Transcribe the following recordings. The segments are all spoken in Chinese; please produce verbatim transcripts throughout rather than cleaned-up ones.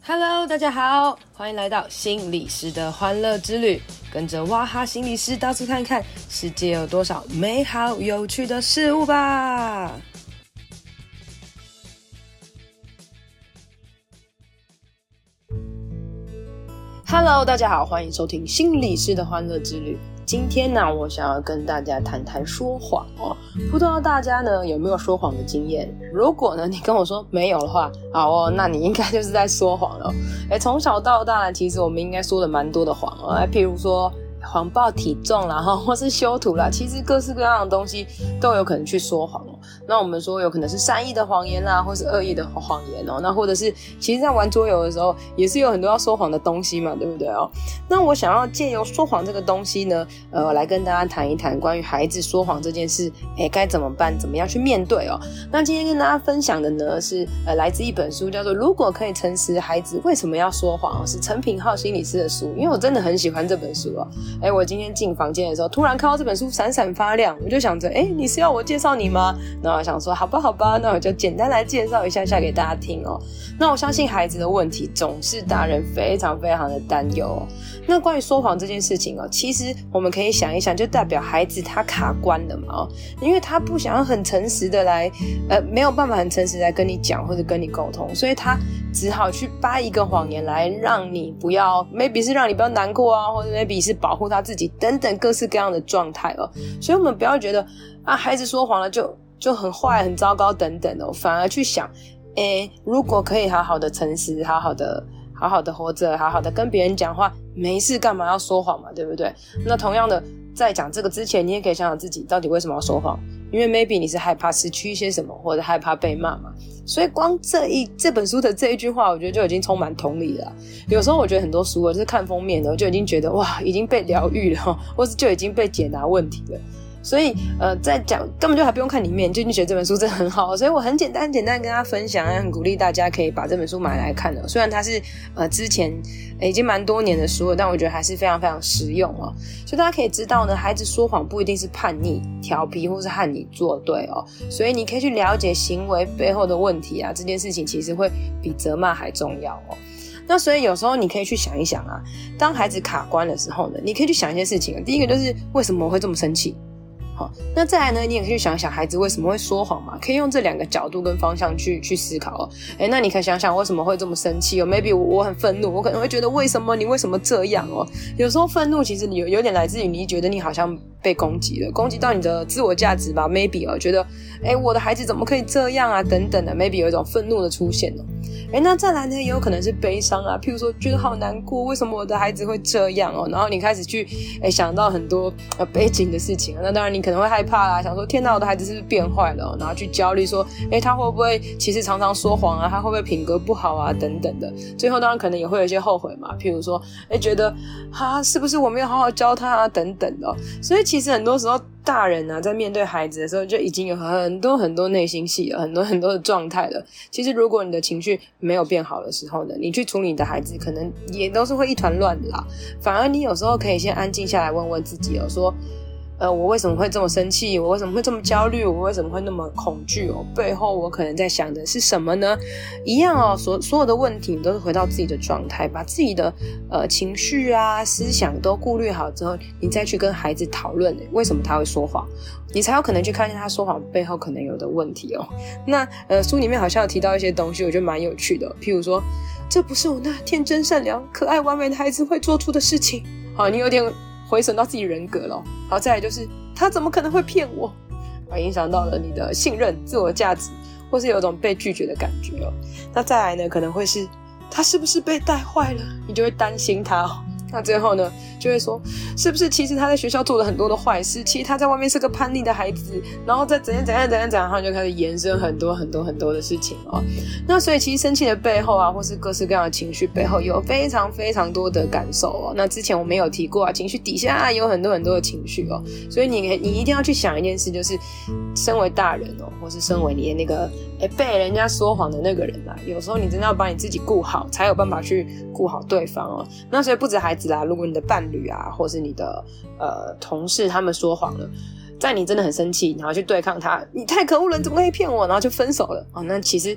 Hello， 大家好，欢迎来到心理师的欢乐之旅，跟着哇哈心理师到处看看，世界有多少美好有趣的事物吧。Hello， 大家好，欢迎收听心理师的欢乐之旅。今天呢，我想要跟大家谈谈说谎哦。不知道大家呢有没有说谎的经验？如果呢你跟我说没有的话，好哦，那你应该就是在说谎了。诶，从小到大呢，其实我们应该说了蛮多的谎哦。譬如说谎报体重啦，或是修图啦，其实各式各样的东西都有可能去说谎哦。那我们说有可能是善意的谎言啦，或是恶意的谎言哦。那或者是其实在玩桌游的时候，也是有很多要说谎的东西嘛，对不对哦？那我想要借由说谎这个东西呢，呃，来跟大家谈一谈关于孩子说谎这件事，诶，该怎么办，怎么样去面对哦。那今天跟大家分享的呢是呃来自一本书，叫做《如果可以诚实，孩子为什么要说谎》哦，是陈品皓心理师的书。因为我真的很喜欢这本书哦。诶，我今天进房间的时候，突然看到这本书闪闪发亮，我就想着，诶，你是要我介绍你吗？那我想说，好吧，好吧，那我就简单来介绍一下下给大家听哦。那我相信孩子的问题总是大人非常非常的担忧哦。那关于说谎这件事情哦，其实我们可以想一想，就代表孩子他卡关了嘛哦，因为他不想要很诚实的来，呃，没有办法很诚实来跟你讲或者跟你沟通，所以他只好去掰一个谎言来让你不要 ，maybe 是让你不要难过啊，或者 maybe 是保护他自己等等各式各样的状态哦。所以我们不要觉得啊，孩子说谎了就就很坏、很糟糕等等哦，反而去想，诶，如果可以好好的诚实，好好的。好好的活着，好好的跟别人讲话，没事干嘛要说谎嘛，对不对？那同样的，在讲这个之前，你也可以想想自己到底为什么要说谎，因为 maybe 你是害怕失去一些什么，或者害怕被骂嘛。所以光这一这本书的这一句话，我觉得就已经充满同理了。有时候我觉得很多书我就是看封面的，我就已经觉得哇，已经被疗愈了，或是就已经被解答问题了。所以呃，在讲根本就还不用看里面，就你觉得这本书真的很好，所以我很简单简单跟大家分享，很鼓励大家可以把这本书买来看的。虽然它是呃之前已经蛮多年的书了，但我觉得还是非常非常实用哦。所以大家可以知道呢，孩子说谎不一定是叛逆、调皮或是和你作对哦，所以你可以去了解行为背后的问题啊，这件事情其实会比责骂还重要哦。那所以有时候你可以去想一想啊，当孩子卡关的时候呢，你可以去想一些事情。第一个就是为什么我会这么生气？好，那再来呢，你也可以去想想孩子为什么会说谎嘛，可以用这两个角度跟方向去去思考哦。诶，那你可以想想为什么会这么生气哦 ？Maybe 我, 我很愤怒，我可能会觉得为什么你为什么这样哦？有时候愤怒其实有有点来自于你觉得你好像被攻击了，攻击到你的自我价值吧 ？Maybe 哦，觉得诶我的孩子怎么可以这样啊？等等的 ，Maybe 有一种愤怒的出现哦。诶，那再来呢，也有可能是悲伤啊，譬如说觉得好难过，为什么我的孩子会这样哦？然后你开始去诶想到很多呃背景的事情，那当然你可能会害怕啦，想说天哪，我的孩子是不是变坏了哦？然后去焦虑说，诶他会不会其实常常说谎啊？他会不会品格不好啊？等等的。最后当然可能也会有一些后悔嘛，譬如说诶觉得啊是不是我没有好好教他啊？等等的哦。所以其实很多时候大人啊在面对孩子的时候就已经有很多很多内心戏了，很多很多的状态了。其实如果你的情绪没有变好的时候呢，你去处理你的孩子可能也都是会一团乱的啦。反而你有时候可以先安静下来问问自己哦，说呃，我为什么会这么生气？我为什么会这么焦虑？我为什么会那么恐惧哦？背后我可能在想的是什么呢？一样哦，所所有的问题你都是回到自己的状态，把自己的呃情绪啊、思想都顾虑好之后，你再去跟孩子讨论为什么他会说谎，你才有可能去看见他说谎背后可能有的问题哦。那呃，书里面好像有提到一些东西，我觉得蛮有趣的，譬如说，这不是我那天真善良、可爱完美的孩子会做出的事情。好，你有点回审到自己人格了。好，再来就是他怎么可能会骗我，啊，影响到了你的信任、自我价值，或是有种被拒绝的感觉哦。那再来呢，可能会是他是不是被带坏了，你就会担心他哦。那最后呢，就会说是不是其实他在学校做了很多的坏事，其实他在外面是个叛逆的孩子，然后再怎样怎样怎样怎样，然后就开始延伸很多很多很多的事情哦。那所以其实生气的背后啊，或是各式各样的情绪背后有非常非常多的感受哦。那之前我们有提过啊，情绪底下也有很多很多的情绪哦。所以你你一定要去想一件事，就是身为大人哦，或是身为你的那个诶被人家说谎的那个人啊，有时候你真的要把你自己顾好，才有办法去顾好对方哦。那所以不止孩子啦，如果你的伴侣啊，或是你的呃同事他们说谎了，在你真的很生气，然后去对抗他，你太可恶了，你怎么可以骗我，然后就分手了哦。那其实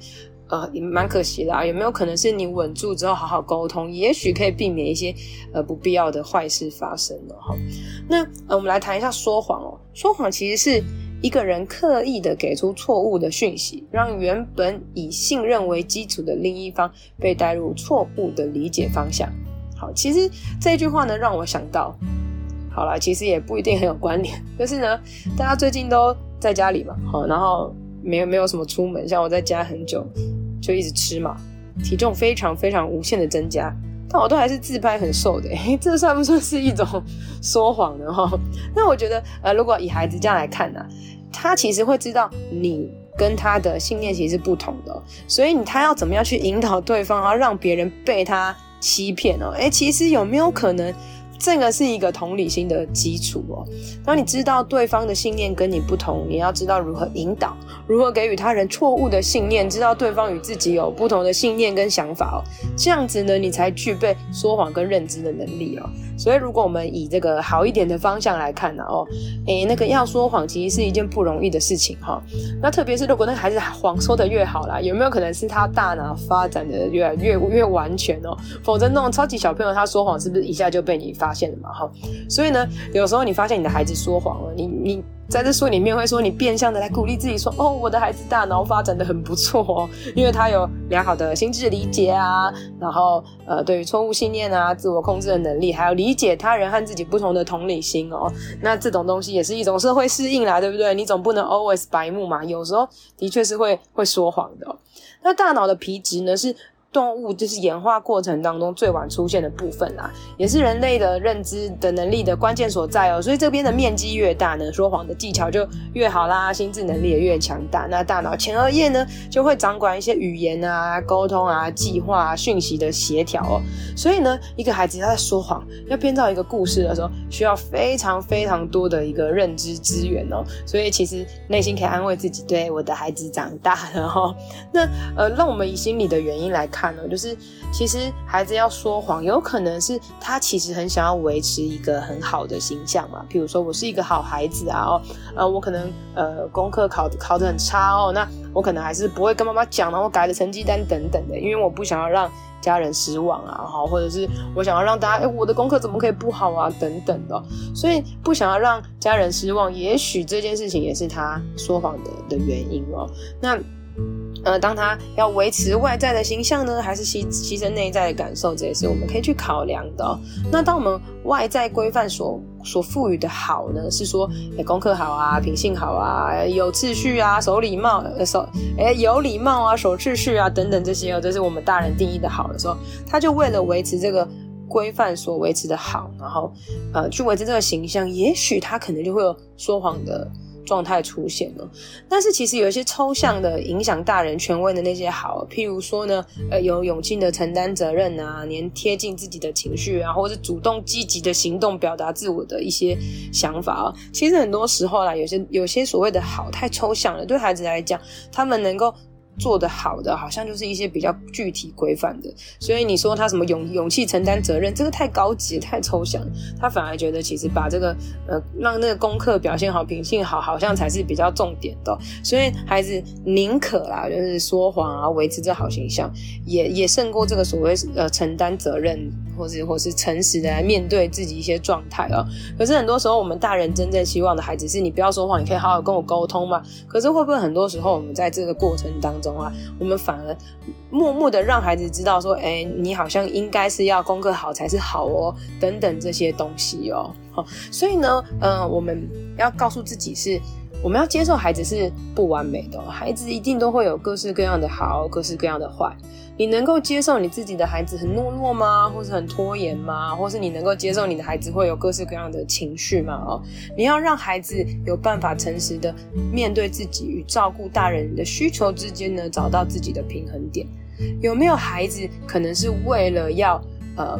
呃也蛮可惜的啊，有没有可能是你稳住之后好好沟通，也许可以避免一些呃不必要的坏事发生了哈。那呃我们来谈一下说谎哦。说谎其实是一个人刻意的给出错误的讯息，让原本以信任为基础的另一方被带入错误的理解方向。好，其实这句话呢让我想到，好啦，其实也不一定很有关联，就是呢大家最近都在家里嘛，好，然后没有没有什么出门，像我在家很久就一直吃嘛，体重非常非常无限的增加，但我都还是自拍很瘦的，诶这算不算是一种说谎呢？那我觉得呃，如果以孩子这样来看啊，他其实会知道你跟他的信念其实是不同的，所以他要怎么样去引导对方，然后让别人被他欺骗哦？诶其实有没有可能这个是一个同理心的基础哦。当你知道对方的信念跟你不同，你要知道如何引导，如何给予他人错误的信念，知道对方与自己有不同的信念跟想法哦，这样子呢，你才具备说谎跟认知的能力哦。所以如果我们以这个好一点的方向来看呢、啊，哦，诶，那个要说谎其实是一件不容易的事情哈、哦。那特别是如果那个孩子谎说的越好啦，有没有可能是他大脑发展的越越越完全哦？否则那种超级小朋友他说谎是不是一下就被你发现了嘛？哈，所以呢，有时候你发现你的孩子说谎了，你你在这书里面会说，你变相的来鼓励自己说，哦，我的孩子大脑发展的很不错哦，因为他有良好的心智理解啊，然后呃，对于错误信念啊、自我控制的能力，还有理解他人和自己不同的同理心哦。那这种东西也是一种社会适应啦，对不对？你总不能 always 白目嘛，有时候的确是会会说谎的哦。那大脑的皮质呢是动物就是演化过程当中最晚出现的部分啦，也是人类的认知的能力的关键所在哦。所以这边的面积越大呢，说谎的技巧就越好啦，心智能力也越强大。那大脑前额叶呢，就会掌管一些语言啊、沟通啊、计划啊、讯息的协调哦。所以呢，一个孩子他在说谎，要编造一个故事的时候，需要非常非常多的一个认知资源哦。所以其实内心可以安慰自己，对，我的孩子长大了哦。那呃，让我们以心理的原因来看。就是其实孩子要说谎，有可能是他其实很想要维持一个很好的形象嘛，譬如说我是一个好孩子啊，哦，呃，我可能呃功课考考得很差哦，那我可能还是不会跟妈妈讲，然后改了成绩单等等的，因为我不想要让家人失望啊，或者是我想要让大家，哎，我的功课怎么可以不好啊，等等的、哦，所以不想要让家人失望，也许这件事情也是他说谎的的原因哦。那呃，当他要维持外在的形象呢，还是牺牺牲内在的感受，这也是我们可以去考量的哦。那当我们外在规范所所赋予的好呢，是说，欸，功课好啊，品性好啊，有秩序啊，守礼貌，呃，守，欸，有礼貌啊，守秩序啊，等等这些哦，这是我们大人定义的好的时候，他就为了维持这个规范所维持的好，然后呃，去维持这个形象，也许他可能就会有说谎的状态出现了。但是其实有一些抽象的影响大人权威的那些好，譬如说呢，呃，有勇气的承担责任啊，连贴近自己的情绪啊，或者是主动积极的行动表达自我的一些想法啊，其实很多时候啦，有些有些所谓的好太抽象了，对孩子来讲，他们能够做得好的好像就是一些比较具体规范的，所以你说他什么勇勇气承担责任，这个太高级太抽象，他反而觉得其实把这个呃让那个功课表现好品性好好像才是比较重点的、哦、所以孩子宁可啦就是说谎啊维持这好形象，也也胜过这个所谓呃承担责任或是或是诚实的来面对自己一些状态哦。可是很多时候我们大人真正希望的孩子是你不要说谎，你可以好好跟我沟通嘛。可是会不会很多时候我们在这个过程当中啊，我们反而默默的让孩子知道说，哎，你好像应该是要功课好才是好哦，等等这些东西哦。好，所以呢，呃，我们要告诉自己是，我们要接受孩子是不完美的哦，孩子一定都会有各式各样的好，各式各样的坏。你能够接受你自己的孩子很懦弱吗？或是很拖延吗？或是你能够接受你的孩子会有各式各样的情绪吗？哦，你要让孩子有办法诚实的面对自己与照顾大人的需求之间呢，找到自己的平衡点。有没有孩子可能是为了要呃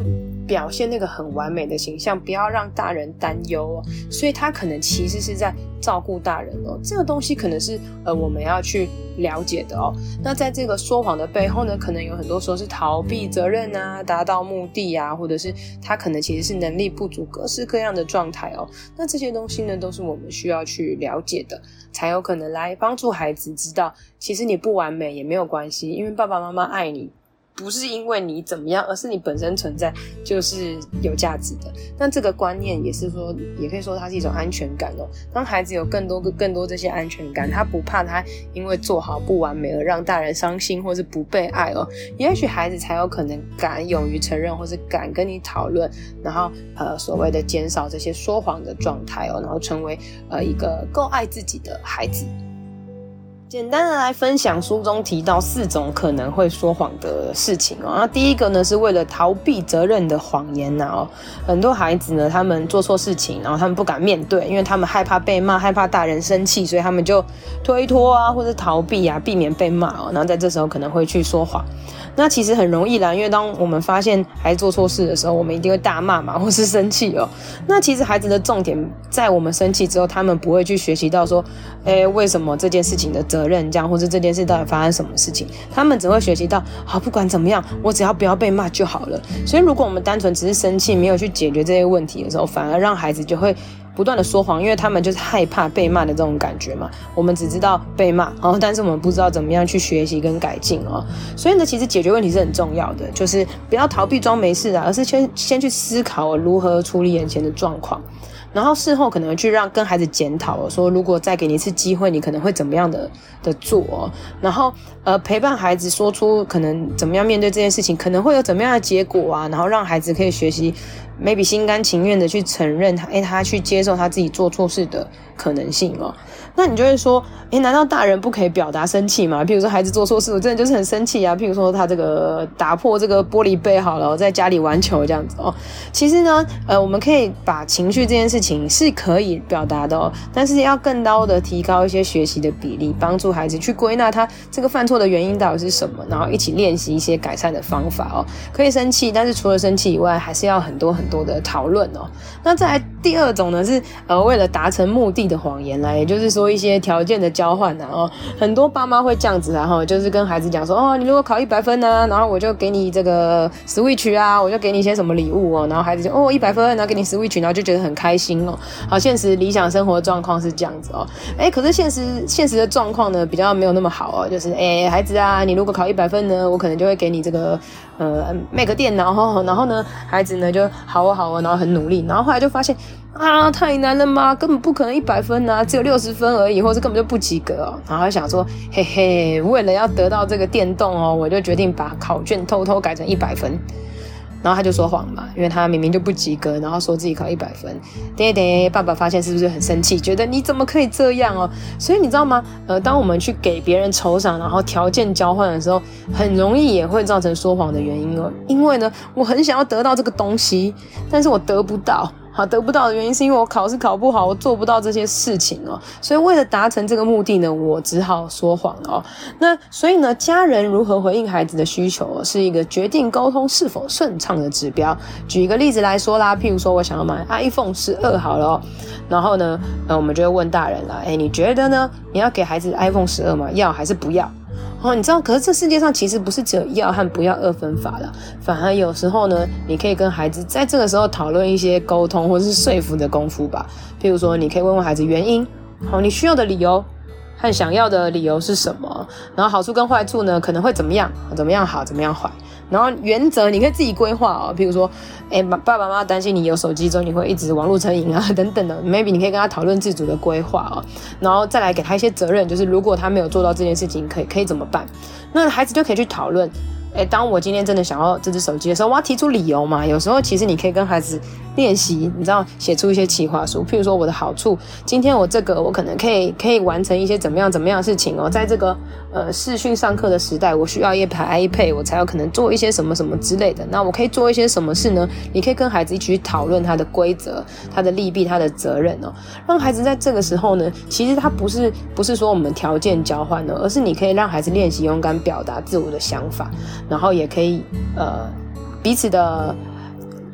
表现那个很完美的形象，不要让大人担忧哦。所以他可能其实是在照顾大人哦，这个东西可能是呃我们要去了解的哦。那在这个说谎的背后呢，可能有很多时候是逃避责任啊，达到目的啊，或者是他可能其实是能力不足，各式各样的状态哦。那这些东西呢，都是我们需要去了解的，才有可能来帮助孩子知道，其实你不完美也没有关系，因为爸爸妈妈爱你。不是因为你怎么样，而是你本身存在就是有价值的。那这个观念也是说，也可以说它是一种安全感哦。当孩子有更多更多这些安全感，他不怕他因为做好不完美而让大人伤心或是不被爱哦，也许孩子才有可能敢勇于承认，或是敢跟你讨论，然后呃所谓的减少这些说谎的状态哦，然后成为呃一个够爱自己的孩子。简单的来分享书中提到四种可能会说谎的事情哦。那第一个呢，是为了逃避责任的谎言呐哦。很多孩子呢，他们做错事情，然后他们不敢面对，因为他们害怕被骂，害怕大人生气，所以他们就推脱啊，或者逃避啊，避免被骂哦。然后在这时候可能会去说谎。那其实很容易啦，因为当我们发现孩子做错事的时候，我们一定会大骂嘛，或是生气哦。那其实孩子的重点在我们生气之后，他们不会去学习到说，诶，为什么这件事情的责任这样，或是这件事到底发生什么事情，他们只会学习到，好，不管怎么样，我只要不要被骂就好了。所以如果我们单纯只是生气，没有去解决这些问题的时候，反而让孩子就会不断的说谎，因为他们就是害怕被骂的这种感觉嘛。我们只知道被骂，然后但是我们不知道怎么样去学习跟改进哦。所以呢，其实解决问题是很重要的，就是不要逃避装没事啊，而是先先去思考如何处理眼前的状况。然后事后可能去让跟孩子检讨说如果再给你一次机会，你可能会怎么样的的做哦。然后呃陪伴孩子说出可能怎么样面对这件事情，可能会有怎么样的结果啊。然后让孩子可以学习 maybe 心甘情愿的去承认他，诶他去接受他自己做错事的可能性哦。那你就会说，诶难道大人不可以表达生气吗？譬如说孩子做错事，我真的就是很生气啊。譬如说他这个打破这个玻璃杯好了，在家里玩球这样子哦。其实呢，呃，我们可以把情绪这件事情是可以表达的哦，但是要更高的提高一些学习的比例，帮助孩子去归纳他这个犯错的原因到底是什么，然后一起练习一些改善的方法哦。可以生气，但是除了生气以外，还是要很多很多的讨论哦。那再来第二种呢，是呃为了达成目的的谎言啦，也就是说一些条件的交换啊哦。很多爸妈会这样子啊哈，就是跟孩子讲说，哦，你如果考一百分啊，然后我就给你这个 Switch 啊，我就给你一些什么礼物哦。然后孩子就哦一百分，然后给你 Switch， 然后就觉得很开心哦。好，现实理想生活状况是这样子哦。哎，可是现实现实的状况呢，比较没有那么好哦。就是哎，孩子啊，你如果考一百分呢，我可能就会给你这个呃 Mac 电脑哦。然后呢，孩子呢就好哦好哦，然后很努力，然后后来就发现啊，太难了嘛，根本不可能一百分啊，只有六十分而已，或是根本就不及格哦。然后他想说，嘿嘿，为了要得到这个电动哦，我就决定把考卷偷偷改成一百分。然后他就说谎嘛，因为他明明就不及格，然后说自己考一百分。爹爹，爸爸发现是不是很生气，觉得你怎么可以这样哦？所以你知道吗？呃，当我们去给别人酬赏，然后条件交换的时候，很容易也会造成说谎的原因哦。因为呢，我很想要得到这个东西，但是我得不到。好，得不到的原因是因为我考试考不好，我做不到这些事情哦，所以为了达成这个目的呢，我只好说谎哦。那所以呢，家人如何回应孩子的需求哦，是一个决定沟通是否顺畅的指标。举一个例子来说啦，譬如说我想要买 iPhone 十二好了哦，然后呢，呃，我们就会问大人啦，诶，你觉得呢？你要给孩子 iPhone 十二吗？要还是不要？哦，你知道，可是这世界上其实不是只有要和不要二分法啦，反而有时候呢，你可以跟孩子在这个时候讨论一些沟通或是说服的功夫吧。譬如说，你可以问问孩子原因，好，你需要的理由和想要的理由是什么？然后好处跟坏处呢，可能会怎么样？怎么样好，怎么样坏？然后原则你可以自己规划哦，譬如说，哎，爸爸妈妈担心你有手机之后你会一直网络成瘾啊等等的 ，maybe 你可以跟他讨论自主的规划哦，然后再来给他一些责任，就是如果他没有做到这件事情，可以可以怎么办？那孩子就可以去讨论。诶，当我今天真的想要这只手机的时候，我要提出理由嘛。有时候其实你可以跟孩子练习，你知道，写出一些企划书。譬如说我的好处，今天我这个我可能可以可以完成一些怎么样怎么样的事情哦。在这个呃视讯上课的时代，我需要一台 iPad， 我才有可能做一些什么什么之类的。那我可以做一些什么事呢？你可以跟孩子一起去讨论他的规则、他的利弊、他的责任哦。让孩子在这个时候呢，其实他不是不是说我们条件交换的，而是你可以让孩子练习勇敢表达自我的想法。然后也可以呃彼此的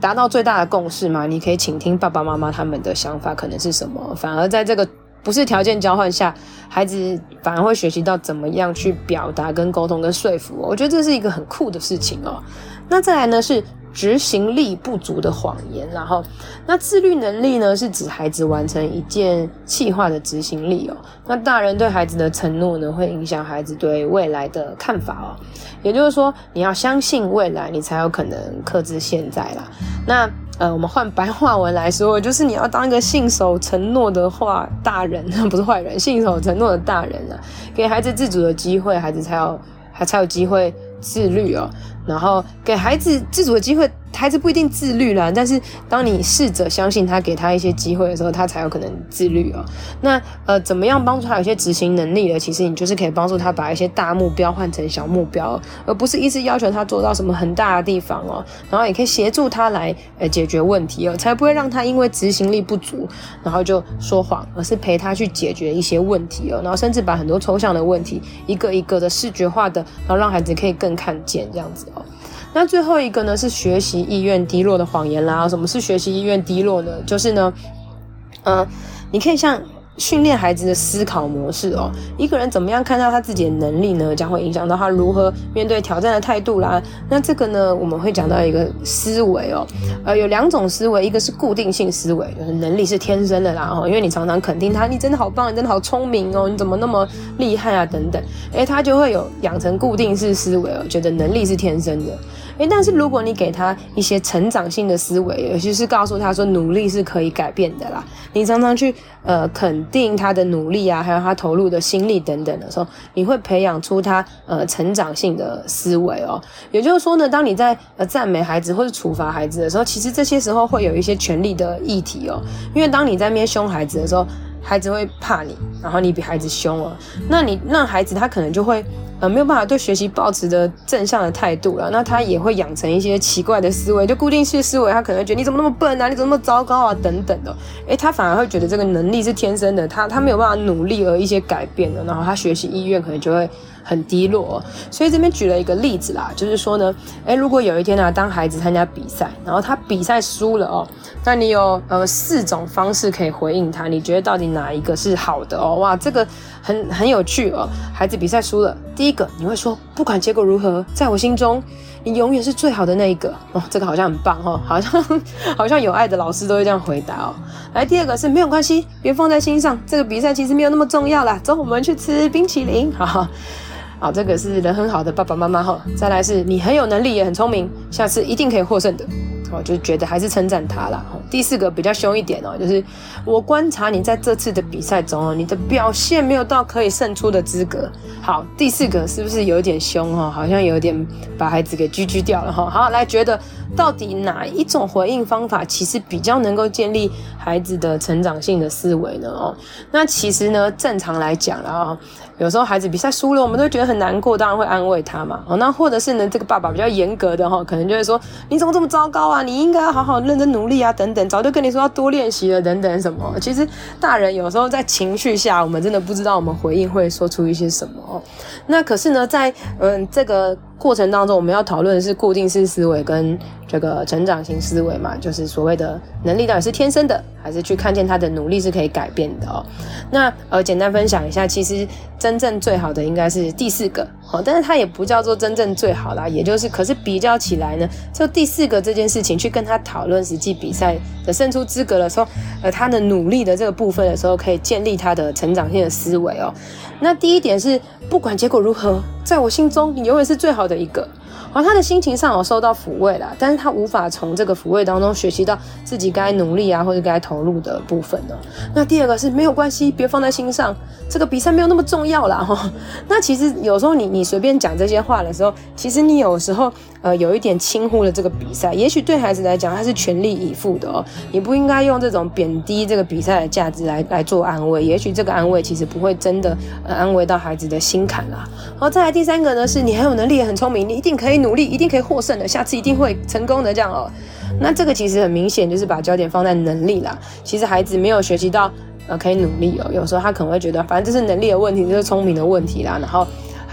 达到最大的共识嘛，你可以倾听爸爸妈妈他们的想法可能是什么，反而在这个不是条件交换下，孩子反而会学习到怎么样去表达跟沟通跟说服哦，我觉得这是一个很酷的事情哦。那再来呢是执行力不足的谎言，然后那自律能力呢是指孩子完成一件计划的执行力哦。那大人对孩子的承诺呢会影响孩子对未来的看法哦。也就是说你要相信未来，你才有可能克制现在啦。那呃，我们换白话文来说，就是你要当一个信守承诺的话大人，不是坏人，信守承诺的大人啊，给孩子自主的机会，孩子才有还才有机会自律哦。然后给孩子自主的机会，孩子不一定自律啦，但是当你试着相信他，给他一些机会的时候，他才有可能自律哦。那呃，怎么样帮助他有一些执行能力呢？其实你就是可以帮助他把一些大目标换成小目标，而不是一直要求他做到什么很大的地方哦。然后也可以协助他来呃解决问题哦，才不会让他因为执行力不足，然后就说谎，而是陪他去解决一些问题哦。然后甚至把很多抽象的问题一个一个的视觉化的，然后让孩子可以更看见这样子哦。那最后一个呢是学习意愿低落的谎言啦。什么是学习意愿低落呢？就是呢，呃，你可以像训练孩子的思考模式哦。一个人怎么样看到他自己的能力呢，将会影响到他如何面对挑战的态度啦。那这个呢，我们会讲到一个思维哦，呃，有两种思维，一个是固定性思维，就是能力是天生的啦哦，因为你常常肯定他，你真的好棒，你真的好聪明哦，你怎么那么厉害啊等等，诶，他就会有养成固定式思维哦，觉得能力是天生的。诶，但是如果你给他一些成长性的思维，尤其是告诉他说努力是可以改变的啦，你常常去呃肯定他的努力啊，还有他投入的心力等等的时候，你会培养出他呃成长性的思维哦。也就是说呢，当你在呃赞美孩子或是处罚孩子的时候，其实这些时候会有一些权力的议题哦。因为当你在那边凶孩子的时候，孩子会怕你，然后你比孩子凶哦，那你让孩子他可能就会呃没有办法对学习抱持的正向的态度了，那他也会养成一些奇怪的思维，就固定式思维，他可能会觉得你怎么那么笨啊，你怎么那么糟糕啊等等的，诶，他反而会觉得这个能力是天生的，他他没有办法努力而一些改变的，然后他学习意愿可能就会很低落哦。所以这边举了一个例子啦，就是说呢，诶，如果有一天啊，当孩子参加比赛，然后他比赛输了哦，那你有呃四种方式可以回应他，你觉得到底哪一个是好的哦？哇，这个很很有趣哦。孩子比赛输了，第一个你会说，不管结果如何，在我心中你永远是最好的那一个哦，这个好像很棒哦，好像好像有爱的老师都会这样回答哦。来，第二个是没有关系，别放在心上，这个比赛其实没有那么重要啦，走，我们去吃冰淇淋，哈哈。好，这个是人很好的爸爸妈妈哈。再来是你很有能力也很聪明，下次一定可以获胜的。哦，就觉得还是称赞他啦。第四个比较凶一点哦，就是我观察你在这次的比赛中哦，你的表现没有到可以胜出的资格。好，第四个是不是有点凶哦？好像有点把孩子给拘拘掉了哈。好，来觉得到底哪一种回应方法其实比较能够建立孩子的成长性的思维呢？哦，那其实呢，正常来讲啦哦，有时候孩子比赛输了，我们都会觉得很难过，当然会安慰他嘛。哦，那或者是呢，这个爸爸比较严格的哈，可能就会说你怎么这么糟糕啊？你应该要好好认真努力啊，等等，早就跟你说要多练习了，等等什么。其实大人有时候在情绪下，我们真的不知道我们回应会说出一些什么哦。那可是呢，在嗯这个过程当中，我们要讨论的是固定式思维跟这个成长型思维嘛，就是所谓的能力到底是天生的，还是去看见他的努力是可以改变的哦。那呃，简单分享一下，其实真正最好的应该是第四个，哦，但是它也不叫做真正最好啦，也就是可是比较起来呢，就第四个这件事情去跟他讨论实际比赛的胜出资格的时候，呃，他的努力的这个部分的时候，可以建立他的成长性的思维哦。那第一点是，不管结果如何，在我心中你永远是最好的一个。好，他的心情上有受到抚慰啦，但是他无法从这个抚慰当中学习到自己该努力啊或者该投入的部分呢。那第二个是没有关系，别放在心上，这个比赛没有那么重要啦齁。那其实有时候你你随便讲这些话的时候，其实你有时候呃有一点轻忽了这个比赛，也许对孩子来讲他是全力以赴的哦，你不应该用这种贬低这个比赛的价值来来做安慰，也许这个安慰其实不会真的呃安慰到孩子的心坎啦。好，再来第三个呢，是你很有能力也很聪明，你一定可以努力，一定可以获胜的，下次一定会成功的这样哦。那这个其实很明显就是把焦点放在能力啦，其实孩子没有学习到呃可以努力哦，有时候他可能会觉得反正这是能力的问题，这是聪明的问题啦，然后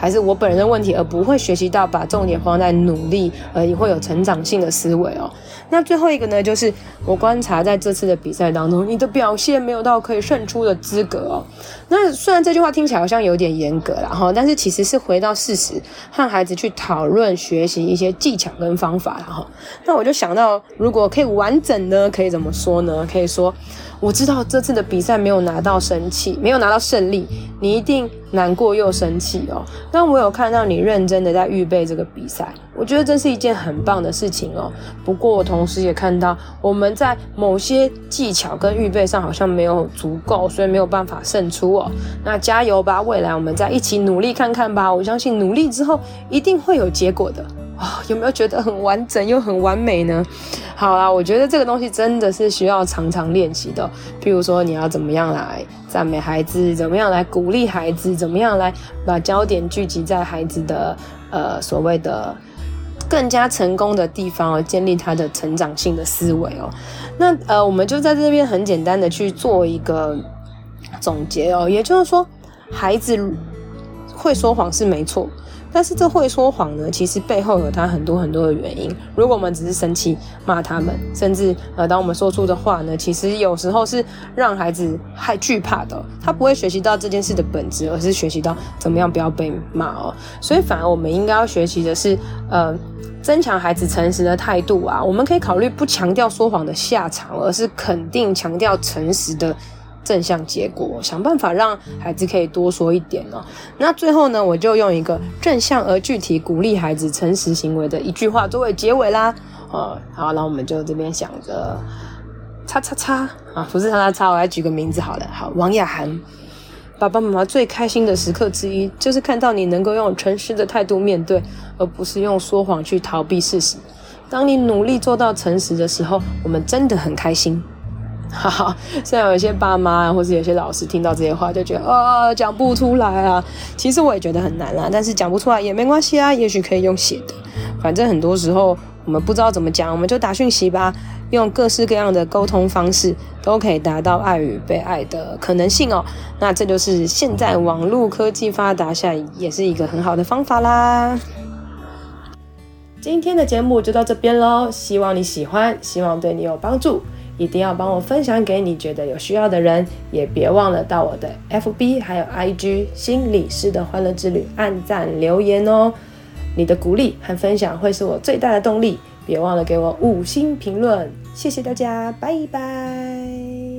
还是我本人的问题，而不会学习到把重点放在努力，而会有成长性的思维哦。那最后一个呢，就是我观察在这次的比赛当中，你的表现没有到可以胜出的资格哦。那虽然这句话听起来好像有点严格啦齁，但是其实是回到事实，和孩子去讨论学习一些技巧跟方法啦齁。那我就想到，如果可以完整呢，可以怎么说呢？可以说，我知道这次的比赛没有拿到生气，没有拿到胜利，你一定难过又生气哦。但我有看到你认真的在预备这个比赛，我觉得这是一件很棒的事情哦。不过我同时也看到我们在某些技巧跟预备上好像没有足够，所以没有办法胜出哦。那加油吧，未来我们再一起努力看看吧。我相信努力之后一定会有结果的。哦，有没有觉得很完整又很完美呢？好啦，我觉得这个东西真的是需要常常练习的。譬如说，你要怎么样来赞美孩子，怎么样来鼓励孩子，怎么样来把焦点聚集在孩子的呃所谓的更加成功的地方哦，建立他的成长性的思维哦。那呃，我们就在这边很简单的去做一个总结哦，也就是说，孩子会说谎是没错。但是这会说谎呢，其实背后有他很多很多的原因。如果我们只是生气骂他们，甚至呃，当我们说出的话呢，其实有时候是让孩子害惧怕的、哦，他不会学习到这件事的本质，而是学习到怎么样不要被骂哦。所以反而我们应该要学习的是，呃，增强孩子诚实的态度啊。我们可以考虑不强调说谎的下场，而是肯定强调诚实的正向结果，想办法让孩子可以多说一点哦。那最后呢，我就用一个正向而具体鼓励孩子诚实行为的一句话作为结尾啦。哦，好，那我们就这边想着叉叉叉啊，不是叉叉叉，我来举个名字好了。好，王雅涵，爸爸妈妈最开心的时刻之一，就是看到你能够用诚实的态度面对，而不是用说谎去逃避事实。当你努力做到诚实的时候，我们真的很开心。哈哈，虽然有些爸妈或是有些老师听到这些话就觉得啊讲不出来啊，其实我也觉得很难啦，但是讲不出来也没关系啊，也许可以用写的，反正很多时候我们不知道怎么讲，我们就打讯息吧，用各式各样的沟通方式都可以达到爱与被爱的可能性哦。那这就是现在网络科技发达下也是一个很好的方法啦。今天的节目就到这边咯，希望你喜欢，希望对你有帮助，一定要帮我分享给你觉得有需要的人，也别忘了到我的 F B 还有 I G 心理师的欢乐之旅按赞留言哦。你的鼓励和分享会是我最大的动力，别忘了给我五星评论，谢谢大家，拜拜。